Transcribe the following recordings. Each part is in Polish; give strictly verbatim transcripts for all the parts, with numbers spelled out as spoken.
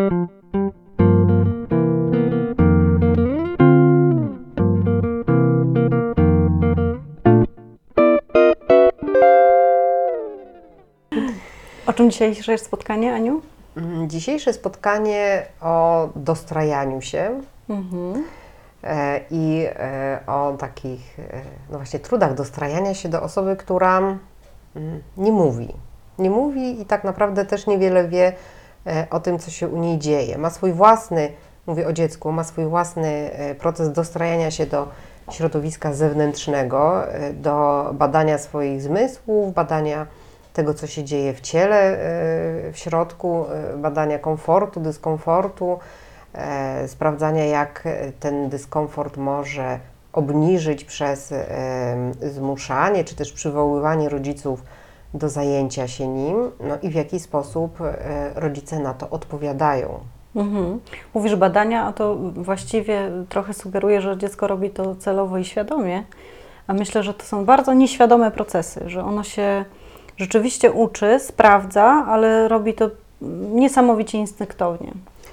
O czym dzisiejsze spotkanie, Aniu? Dzisiejsze spotkanie o dostrajaniu się mhm. e, i e, o takich e, no właśnie trudach dostrajania się do osoby, która mm, nie mówi. Nie mówi i tak naprawdę też niewiele wie e, o tym, co się u niej dzieje. Ma swój własny, mówię o dziecku, ma swój własny e, proces dostrajania się do środowiska zewnętrznego, e, do badania swoich zmysłów, badania tego, co się dzieje w ciele, w środku, badania komfortu, dyskomfortu, sprawdzania, jak ten dyskomfort może obniżyć przez zmuszanie, czy też przywoływanie rodziców do zajęcia się nim, no i w jaki sposób rodzice na to odpowiadają. Mhm. Mówisz badania, a to właściwie trochę sugeruje, że dziecko robi to celowo i świadomie, a myślę, że to są bardzo nieświadome procesy, że ono się rzeczywiście uczy, sprawdza, ale robi to niesamowicie instynktownie.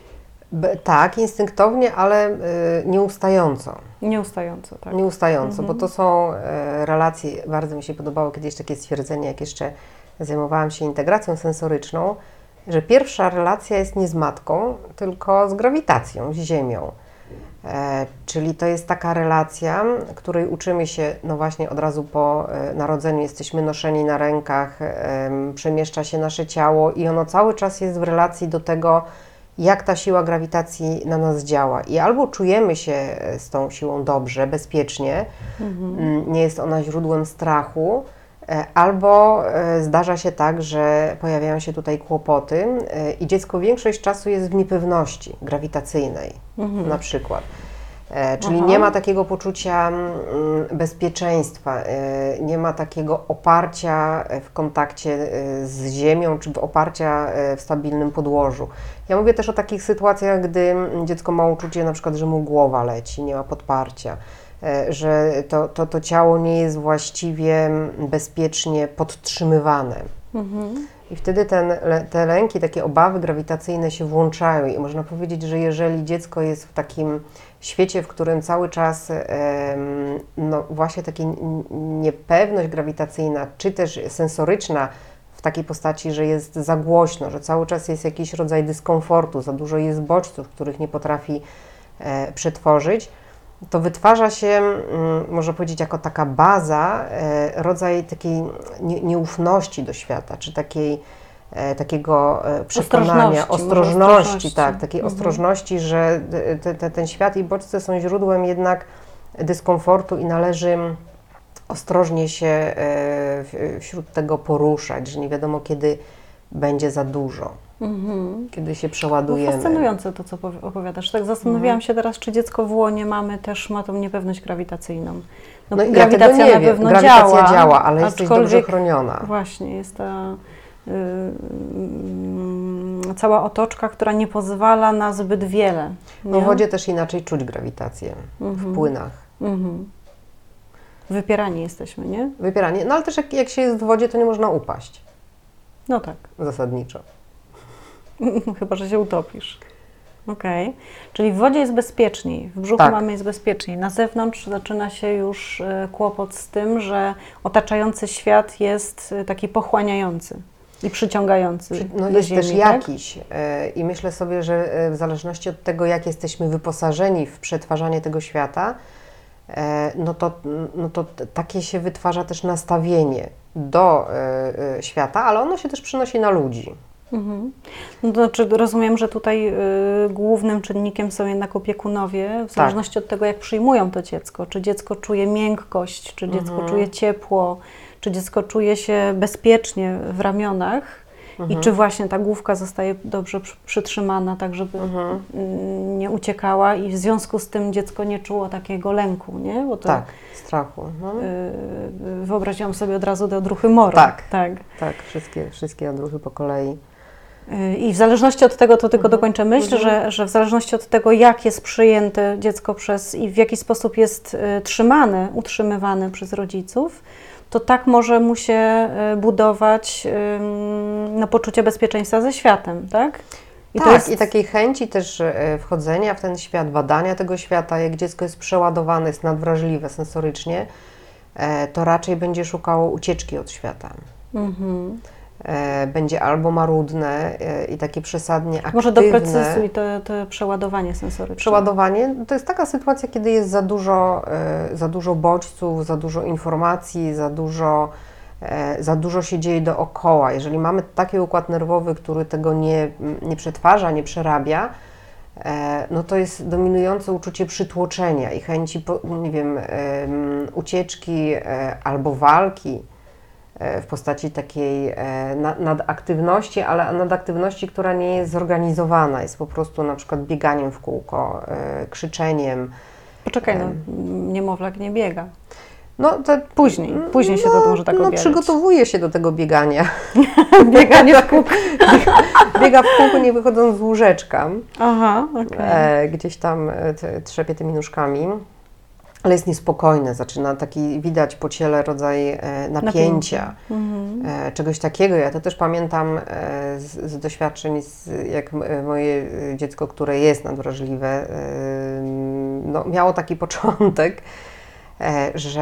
B- tak, instynktownie, ale y, nieustająco. Nieustająco, tak. Nieustająco, Mhm. bo to są y, relacje, bardzo mi się podobało kiedyś takie stwierdzenie, jak jeszcze zajmowałam się integracją sensoryczną, że pierwsza relacja jest nie z matką, tylko z grawitacją, z Ziemią. E, czyli to jest taka relacja, której uczymy się, no właśnie od razu po e, narodzeniu, jesteśmy noszeni na rękach, e, przemieszcza się nasze ciało i ono cały czas jest w relacji do tego, jak ta siła grawitacji na nas działa. I albo czujemy się z tą siłą dobrze, bezpiecznie, mhm. nie jest ona źródłem strachu, e, albo e, zdarza się tak, że pojawiają się tutaj kłopoty e, i dziecko większość czasu jest w niepewności grawitacyjnej, mhm. na przykład. E, czyli Aha. nie ma takiego poczucia mm, bezpieczeństwa, e, nie ma takiego oparcia w kontakcie z ziemią, czy oparcia w stabilnym podłożu. Ja mówię też o takich sytuacjach, gdy dziecko ma uczucie na przykład, że mu głowa leci, nie ma podparcia, e, że to, to, to ciało nie jest właściwie bezpiecznie podtrzymywane. Mhm. I wtedy ten, te lęki, takie obawy grawitacyjne się włączają i można powiedzieć, że jeżeli dziecko jest w takim świecie, w którym cały czas no właśnie taka niepewność grawitacyjna, czy też sensoryczna w takiej postaci, że jest za głośno, że cały czas jest jakiś rodzaj dyskomfortu, za dużo jest bodźców, których nie potrafi e, przetworzyć, to wytwarza się, można powiedzieć, jako taka baza, e, rodzaj takiej nie, nieufności do świata, czy takiej, e, takiego przekonania, ostrożności, ostrożności, ostrożności. tak, takiej mhm. ostrożności, że te, te, ten świat i bodźce są źródłem jednak dyskomfortu i należy ostrożnie się e, wśród tego poruszać, że nie wiadomo, kiedy będzie za dużo. Mhm. Kiedy się przeładujemy. No fascynujące to, co opowiadasz. Tak zastanawiałam mhm. się teraz, czy dziecko w łonie mamy też ma tą niepewność grawitacyjną. No, no grawitacja ja tego nie na wiem. pewno Grawitacja działa, działa, ale jesteś dobrze chroniona. Właśnie, jest ta yy, yy, cała otoczka, która nie pozwala na zbyt wiele. No w wodzie też inaczej czuć grawitację, mhm. w płynach. Mhm. Wypierani jesteśmy, nie? Wypierani, no ale też jak, jak się jest w wodzie, to nie można upaść. No tak. Zasadniczo. Chyba że się utopisz. Okej. Okay. Czyli w wodzie jest bezpieczniej, w brzuchu tak. mamy jest bezpieczniej. Na zewnątrz zaczyna się już kłopot z tym, że otaczający świat jest taki pochłaniający i przyciągający. No do jest ziemi, też tak? jakiś. I myślę sobie, że w zależności od tego, jak jesteśmy wyposażeni w przetwarzanie tego świata, no to, no to takie się wytwarza też nastawienie do świata, ale ono się też przenosi na ludzi. Mhm. No to znaczy rozumiem, że tutaj y, głównym czynnikiem są jednak opiekunowie, w zależności tak. od tego, jak przyjmują to dziecko. Czy dziecko czuje miękkość, czy dziecko mhm. czuje ciepło, czy dziecko czuje się bezpiecznie w ramionach mhm. i czy właśnie ta główka zostaje dobrze przytrzymana, tak żeby mhm. nie uciekała i w związku z tym dziecko nie czuło takiego lęku, nie? Bo to, tak, strachu. Mhm. Y, wyobraziłam sobie od razu te odruchy moru. Tak, tak, tak wszystkie, wszystkie odruchy po kolei. I w zależności od tego, to tylko mhm. dokończę myśl, mhm. że, że w zależności od tego, jak jest przyjęte dziecko przez i w jaki sposób jest y, trzymane, utrzymywane przez rodziców, to tak może mu się y, budować y, no, poczucie bezpieczeństwa ze światem, tak? I tak, to jest... i takiej chęci też e, wchodzenia w ten świat, badania tego świata, jak dziecko jest przeładowane, jest nadwrażliwe sensorycznie, e, to raczej będzie szukało ucieczki od świata. Mhm. E, będzie albo marudne e, i takie przesadnie aktywne. Może doprecyzuj to, to przeładowanie sensoryczne. Przeładowanie to jest taka sytuacja, kiedy jest za dużo, e, za dużo bodźców, za dużo informacji, za dużo, e, za dużo się dzieje dookoła. Jeżeli mamy taki układ nerwowy, który tego nie, nie przetwarza, nie przerabia, e, no to jest dominujące uczucie przytłoczenia i chęci, po, nie wiem, e, ucieczki e, albo walki w postaci takiej nadaktywności, ale nadaktywności, która nie jest zorganizowana, jest po prostu na przykład bieganiem w kółko, krzyczeniem. Poczekaj, no, niemowlak nie biega. No to później, później się no, to może tak no, objawiać. przygotowuje się do tego biegania. Bieganie w kółko. Biega w kółko, nie wychodząc z łóżeczka. Aha, okej. E, gdzieś tam trzepie tymi nóżkami. Ale jest niespokojne, zaczyna taki, widać po ciele rodzaj e, napięcia, mhm. e, czegoś takiego. Ja to też pamiętam e, z, z doświadczeń, z, jak m, moje dziecko, które jest nadwrażliwe, e, no, miało taki początek, e, że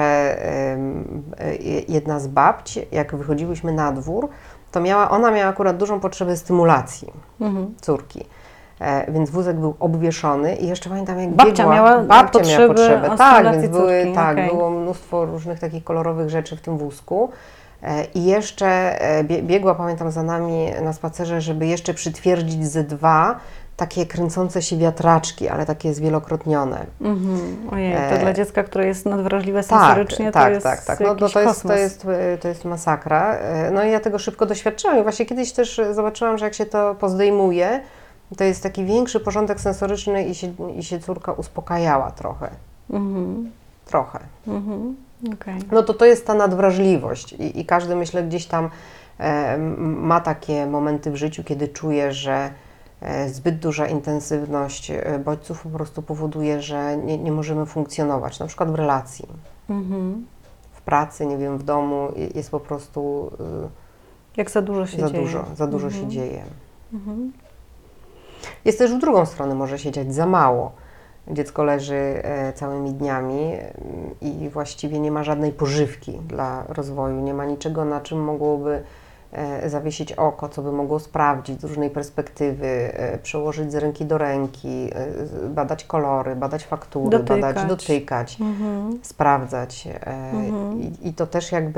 e, jedna z babci, jak wychodziłyśmy na dwór, to miała, ona miała akurat dużą potrzebę stymulacji mhm. córki. E, więc wózek był obwieszony i jeszcze pamiętam, jak babcia biegła, miała babcia potrzeby, miała potrzebę. Tak, więc były, córki, tak, okay. było mnóstwo różnych takich kolorowych rzeczy w tym wózku. E, I jeszcze e, biegła, pamiętam, za nami na spacerze, żeby jeszcze przytwierdzić ze dwa takie kręcące się wiatraczki, ale takie zwielokrotnione. Mm-hmm. Ojej, to e, dla dziecka, które jest nadwrażliwe tak, sensorycznie, tak, to jest tak, tak. No, to, to, jest, to, jest, to jest masakra. No i ja tego szybko doświadczyłam i właśnie kiedyś też zobaczyłam, że jak się to pozdejmuje, to jest taki większy porządek sensoryczny i się, i się córka uspokajała trochę. Mm-hmm. Trochę. Mm-hmm. Okay. No to to jest ta nadwrażliwość i, i każdy, myślę, gdzieś tam e, ma takie momenty w życiu, kiedy czuje, że e, zbyt duża intensywność bodźców po prostu powoduje, że nie, nie możemy funkcjonować, na przykład w relacji. Mm-hmm. W pracy, nie wiem, w domu jest po prostu... E, Jak za dużo się za dzieje. Dużo, za dużo mm-hmm. się dzieje. Mm-hmm. Jest też w drugą stronę, może się dziać za mało. Dziecko leży e, całymi dniami e, i właściwie nie ma żadnej pożywki dla rozwoju, nie ma niczego, na czym mogłoby e, zawiesić oko, co by mogło sprawdzić z różnej perspektywy, e, przełożyć z ręki do ręki, e, badać kolory, badać faktury, dotykać. badać, dotykać, mhm. sprawdzać. E, mhm. i, I to też jakby...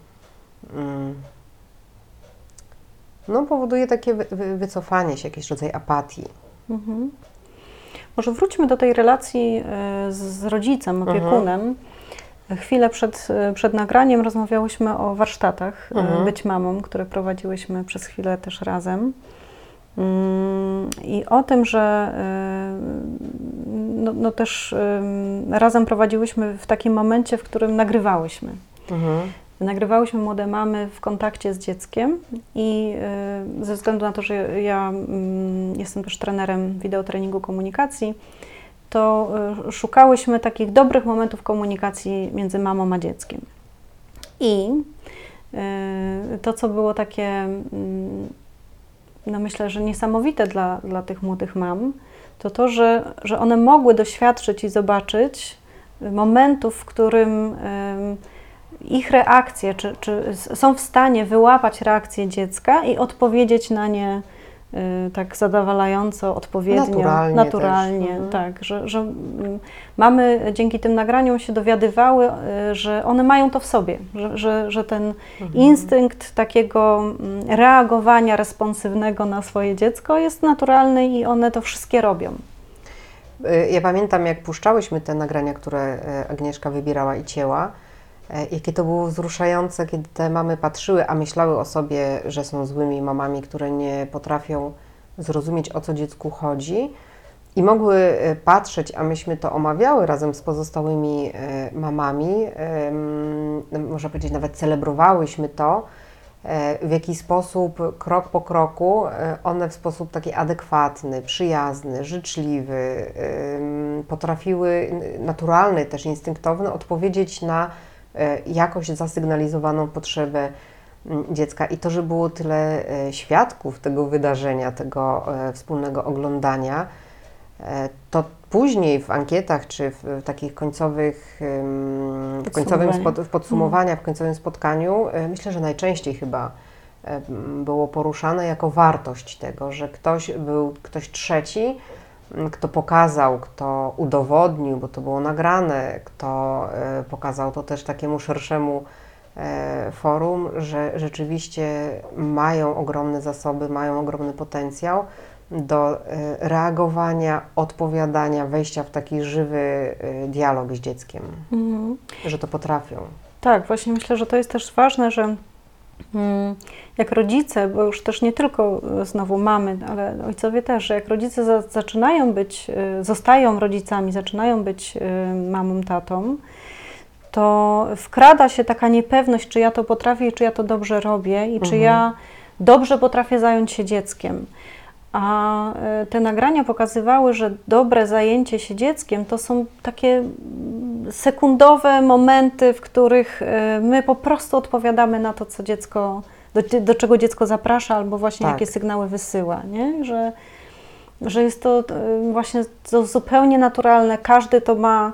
Mm, no, powoduje takie wy, wy, wycofanie się, jakiś rodzaj apatii. Mhm. Może wróćmy do tej relacji z, z rodzicem, opiekunem. Mhm. Chwilę przed, przed nagraniem rozmawiałyśmy o warsztatach mhm. Być mamą, które prowadziłyśmy przez chwilę też razem. I o tym, że no, no też razem prowadziłyśmy w takim momencie, w którym nagrywałyśmy. Mhm. Nagrywałyśmy młode mamy w kontakcie z dzieckiem i y, ze względu na to, że ja y, jestem też trenerem wideotreningu komunikacji, to y, szukałyśmy takich dobrych momentów komunikacji między mamą a dzieckiem. I y, to, co było takie, y, no myślę, że niesamowite dla, dla tych młodych mam, to to, że, że one mogły doświadczyć i zobaczyć momentów, w którym y, ich reakcje, czy, czy są w stanie wyłapać reakcję dziecka i odpowiedzieć na nie y, tak zadowalająco, odpowiednio, naturalnie, naturalnie mhm. tak, że, że mamy dzięki tym nagraniom się dowiadywały, y, że one mają to w sobie, że, że, że ten mhm. instynkt takiego reagowania responsywnego na swoje dziecko jest naturalny i one to wszystkie robią. Ja pamiętam, jak puszczałyśmy te nagrania, które Agnieszka wybierała i cięła, jakie to było wzruszające, kiedy te mamy patrzyły, a myślały o sobie, że są złymi mamami, które nie potrafią zrozumieć, o co dziecku chodzi i mogły patrzeć, a myśmy to omawiały razem z pozostałymi mamami, można powiedzieć, nawet celebrowałyśmy to, w jaki sposób, krok po kroku, one w sposób taki adekwatny, przyjazny, życzliwy, potrafiły, naturalny, też instynktowny, odpowiedzieć na jakoś zasygnalizowaną potrzebę dziecka i to, że było tyle e, świadków tego wydarzenia, tego e, wspólnego oglądania, e, to później w ankietach czy w, w takich końcowych, em, w końcowym spod, w podsumowaniach, w końcowym spotkaniu, e, myślę, że najczęściej chyba e, było poruszane jako wartość tego, że ktoś był, ktoś trzeci, kto pokazał, kto udowodnił, bo to było nagrane, kto e, pokazał to też takiemu szerszemu e, forum, że rzeczywiście mają ogromne zasoby, mają ogromny potencjał do e, reagowania, odpowiadania, wejścia w taki żywy e, dialog z dzieckiem, mhm. że to potrafią. Tak, właśnie myślę, że to jest też ważne, że jak rodzice, bo już też nie tylko znowu mamy, ale ojcowie też, że jak rodzice za, zaczynają być, zostają rodzicami, zaczynają być mamą, tatą, to wkrada się taka niepewność, czy ja to potrafię i czy ja to dobrze robię i mhm. czy ja dobrze potrafię zająć się dzieckiem. A te nagrania pokazywały, że dobre zajęcie się dzieckiem to są takie sekundowe momenty, w których my po prostu odpowiadamy na to, co dziecko, do, do czego dziecko zaprasza, albo właśnie tak. jakie sygnały wysyła, nie? Że, że jest to właśnie to zupełnie naturalne, każdy to ma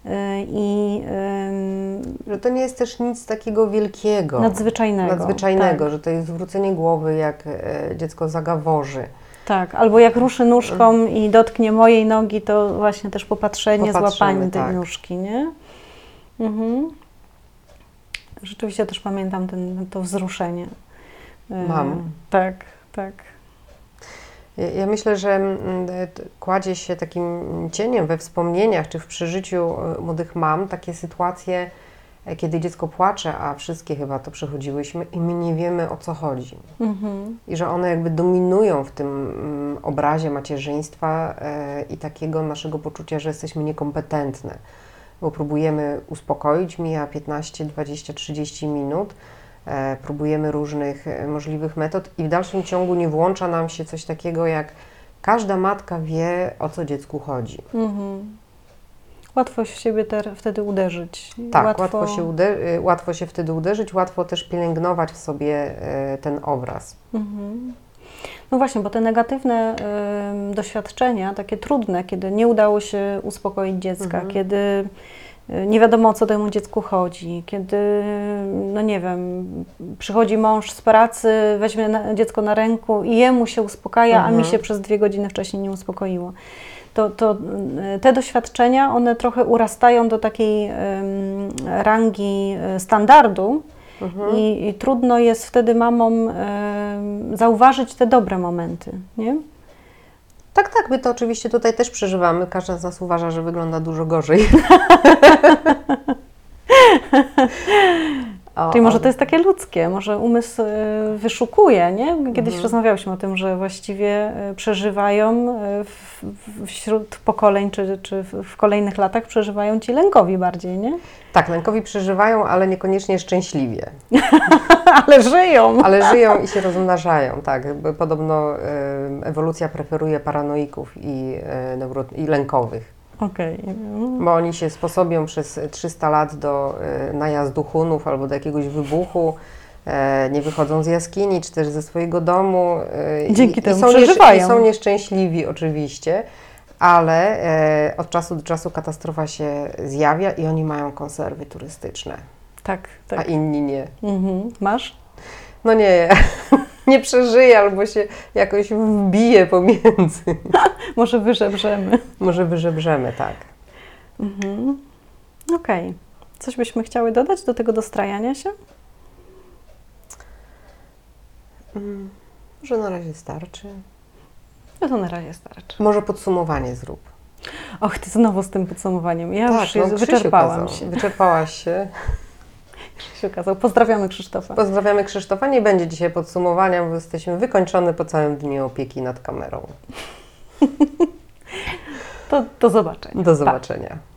i że to nie jest też nic takiego wielkiego, nadzwyczajnego, nadzwyczajnego tak. że to jest zwrócenie głowy, jak dziecko zagaworzy. Tak, albo jak ruszy nóżką i dotknie mojej nogi, to właśnie też popatrzenie, złapanie tej tak. nóżki, nie? Mhm. Rzeczywiście też pamiętam ten, to wzruszenie. Mam. E, tak, tak. Ja, ja myślę, że kładzie się takim cieniem we wspomnieniach, czy w przeżyciu młodych mam takie sytuacje, kiedy dziecko płacze, a wszystkie chyba to przechodziłyśmy i my nie wiemy, o co chodzi. Mhm. I że one jakby dominują w tym mm, obrazie macierzyństwa e, i takiego naszego poczucia, że jesteśmy niekompetentne, bo próbujemy uspokoić, mija piętnaście, dwadzieścia, trzydzieści minut, e, próbujemy różnych e, możliwych metod i w dalszym ciągu nie włącza nam się coś takiego, jak każda matka wie, o co dziecku chodzi. Mhm. Łatwo się w siebie ter, wtedy uderzyć. Tak, łatwo... Łatwo, się uder- łatwo się wtedy uderzyć, łatwo też pielęgnować w sobie y, ten obraz. Mhm. No właśnie, bo te negatywne y, doświadczenia, takie trudne, kiedy nie udało się uspokoić dziecka, mhm. kiedy y, nie wiadomo, o co temu dziecku chodzi, kiedy, no nie wiem, przychodzi mąż z pracy, weźmie na, dziecko na ręku i jemu się uspokaja, mhm. a mi się przez dwie godziny wcześniej nie uspokoiło. To, to te doświadczenia, one trochę urastają do takiej um, rangi standardu mhm. i, i trudno jest wtedy mamom um, zauważyć te dobre momenty, nie? Tak, tak, my to oczywiście tutaj też przeżywamy. Każda z nas uważa, że wygląda dużo gorzej. O, Czyli może to jest takie ludzkie, może umysł wyszukuje, nie? Kiedyś mhm. rozmawiałyśmy o tym, że właściwie przeżywają w, wśród pokoleń, czy, czy w kolejnych latach przeżywają ci lękowi bardziej, nie? Tak, lękowi przeżywają, ale niekoniecznie szczęśliwie. Ale żyją. Ale żyją i się rozmnażają, tak. Podobno y, ewolucja preferuje paranoików i, y, neuro- i lękowych. Okay. Bo oni się sposobią przez trzysta lat do y, najazdu Hunów albo do jakiegoś wybuchu, y, nie wychodzą z jaskini, czy też ze swojego domu. Y, Dzięki i, temu i są przeżywają. I są nieszczęśliwi oczywiście, ale y, od czasu do czasu katastrofa się zjawia i oni mają konserwy turystyczne. Tak, tak. A inni nie. Mhm. Masz? No nie, nie przeżyję albo się jakoś wbije pomiędzy. Może wyżebrzemy. Może wyżebrzemy, tak. Mhm. Okej. Okay. Coś byśmy chciały dodać do tego dostrajania się? Hmm. Może na razie starczy. No to na razie starczy. Może podsumowanie zrób. Och, ty znowu z tym podsumowaniem. Ja tak, już no, wyczerpałam kazał. się. Wyczerpałaś się. Krzysiu kazał. Pozdrawiamy Krzysztofa. Pozdrawiamy Krzysztofa. Nie będzie dzisiaj podsumowania, bo jesteśmy wykończone po całym dniu opieki nad kamerą. to do zobaczenia. Do zobaczenia. Pa.